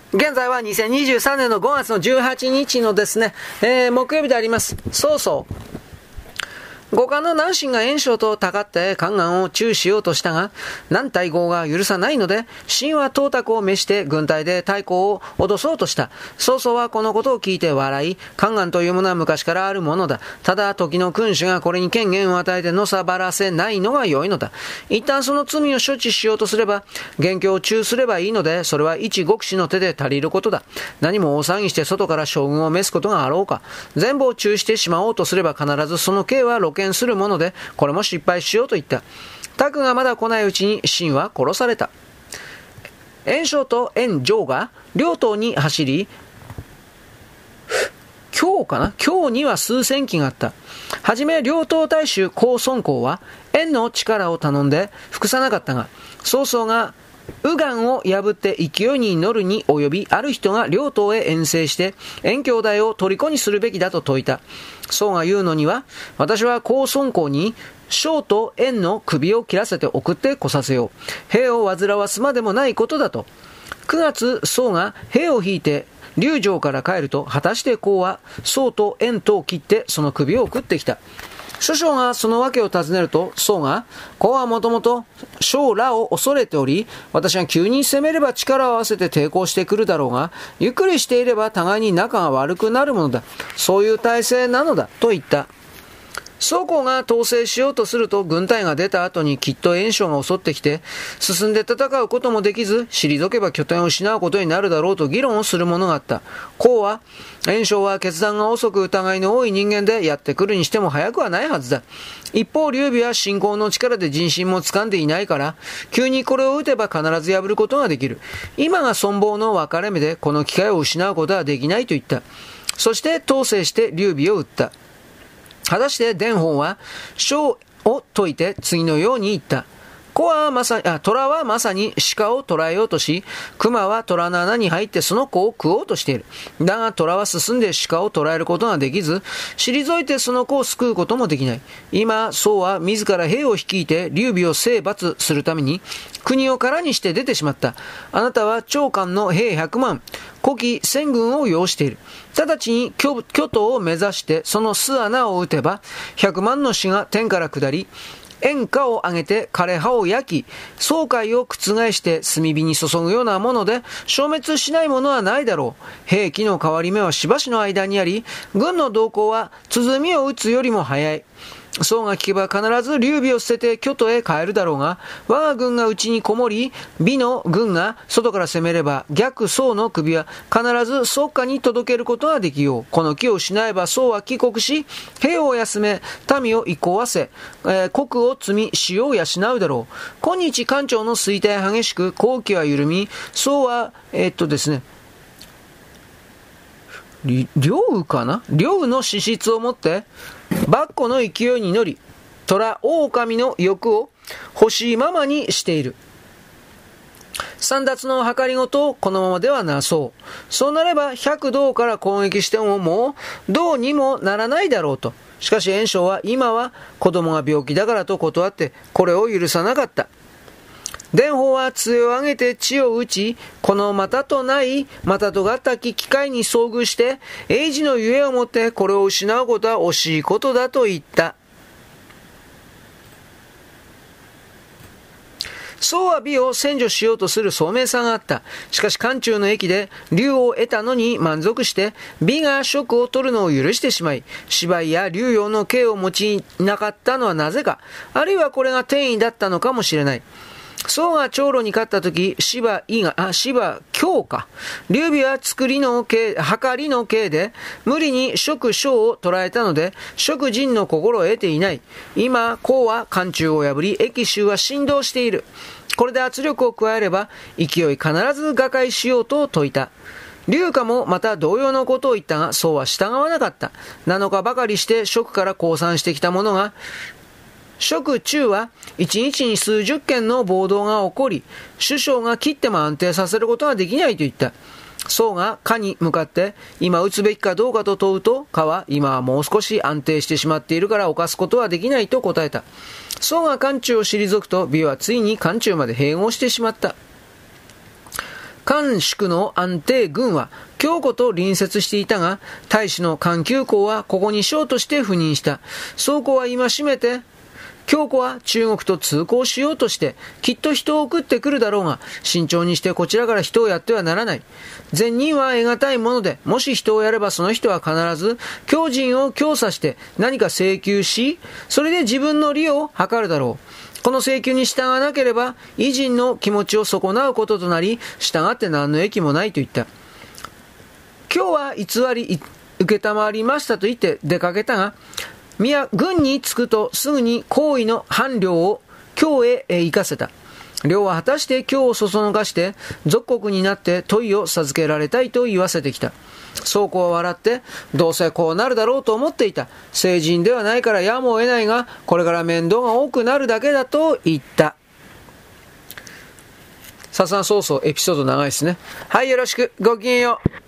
現在は2023年の5月の18日のですね、木曜日であります。そうそう。五冠の南進が袁紹とたかって宦官を中しようとしたが、南対合が許さないので、秦は董卓を召して軍隊で太閤を脅そうとした。曹操はこのことを聞いて笑い、宦官というものは昔からあるものだ。ただ時の君主がこれに権限を与えてのさばらせないのが良いのだ。一旦その罪を処置しようとすれば、元凶を中すればいいので、それは一極士の手で足りることだ。何も大騒ぎして外から将軍を召すことがあろうか。全部を中してしまおうとすれば必ずその刑は露見するもので、これも失敗しようと言った。卓がまだ来ないうちに秦は殺された。袁紹と袁紹が両党に走り、今日には数千騎があった。はじめ両党大衆公孫公は袁の力を頼んで服さなかったが、曹操が右岸を破って勢いに乗るに及び、ある人が両党へ遠征して袁兄弟を虜にするべきだと説いた。曹が言うのには、私は公孫公に将と袁の首を切らせて送って来させよう。兵を煩わすまでもないことだと。9月、曹が兵を引いて龍城から帰ると、果たして公は曹と袁とを切ってその首を送ってきた。諸将がその訳を尋ねると、曹が、公はもともと将らを恐れており、私が急に攻めれば力を合わせて抵抗してくるだろうが、ゆっくりしていれば互いに仲が悪くなるものだ。そういう体制なのだ、と言った。曹公が統制しようとすると、軍隊が出た後にきっと袁紹が襲ってきて、進んで戦うこともできず、退けば拠点を失うことになるだろうと議論をするものがあった。公は、袁紹は決断が遅く疑いの多い人間で、やってくるにしても早くはないはずだ。一方、劉備は信仰の力で人心も掴んでいないから、急にこれを撃てば必ず破ることができる。今が存亡の分かれ目で、この機会を失うことはできないと言った。そして統制して劉備を撃った。果たして伝法は将を解いて次のように言った。虎はまさに鹿を捕らえようとし、熊は虎の穴に入ってその子を食おうとしている。だが虎は進んで鹿を捕らえることができず、退いてその子を救うこともできない。今、曹は自ら兵を率いて劉備を征伐するために国を空にして出てしまった。あなたは長官の兵100万、古希1000軍を擁している。直ちに巨都を目指してその巣穴を撃てば、100万の死が天から下り、塩化を上げて枯葉を焼き、総会を覆して炭火に注ぐようなもので消滅しないものはないだろう。兵器の変わり目はしばしの間にあり、軍の動向は鼓を打つよりも早い。曹が聞けば必ず劉備を捨てて巨都へ帰るだろうが、我が軍が内にこもり、魏の軍が外から攻めれば、逆曹の首は必ず曹下に届けることができよう。この機を失えば曹は帰国し、兵を休め、民を憩わせ、国を積み、死を養うだろう。今日官庁の衰退激しく、後期は緩み、曹は、ですね、両羽の資質をもって跋扈の勢いに乗り、虎狼の欲を欲しいままにしている。簒奪の計りごとをこのままではなそう。そうなれば100道から攻撃してももうどうにもならないだろうと。しかし袁紹は今は子供が病気だからと断ってこれを許さなかった。伝法は杖を上げて地を打ち、このまたとがたき機会に遭遇して、英治のゆえをもってこれを失うことは惜しいことだと言った。曹は美を占拠しようとする聡明さがあった。しかし漢中の役で竜を得たのに満足して美が職を取るのを許してしまい、芝居や竜陽の刑を持ちなかったのはなぜか、あるいはこれが天意だったのかもしれない。曹が長老に勝った時、芝京か。劉備は計りの刑で無理に蜀将を捕らえたので、蜀人の心を得ていない。今、公は漢中を破り、益州は振動している。これで圧力を加えれば、勢い必ず瓦解しようと説いた。劉下もまた同様のことを言ったが、曹は従わなかった。7日ばかりして蜀から降参してきた者が、蜀中は一日に数十件の暴動が起こり、首相が切っても安定させることはできないと言った。曹が下に向かって今撃つべきかどうかと問うと、下は今はもう少し安定してしまっているから犯すことはできないと答えた。曹が漢中を退くと、魏はついに漢中まで併合してしまった。 韓宿の安定軍は京湖と隣接していたが、大使の環球公はここに将として赴任した。曹公は戒めて、京湖は中国と通行しようとして、きっと人を送ってくるだろうが、慎重にしてこちらから人をやってはならない。善人は得難いもので、もし人をやればその人は必ず、狂人を教唆して何か請求し、それで自分の利を図るだろう。この請求に従わなければ、異人の気持ちを損なうこととなり、従って何の益もないと言った。今日は偽り、受けたまわりましたと言って出かけたが、軍に着くとすぐに行為の伴侶を京へ行かせた。領は果たして京をそそのかして属国になって問いを授けられたいと言わせてきた。曹公は笑って、どうせこうなるだろうと思っていた。聖人ではないからやむを得ないが、これから面倒が多くなるだけだと言った。さすが曹操、エピソード長いですね。はい、よろしく。ごきげんよう。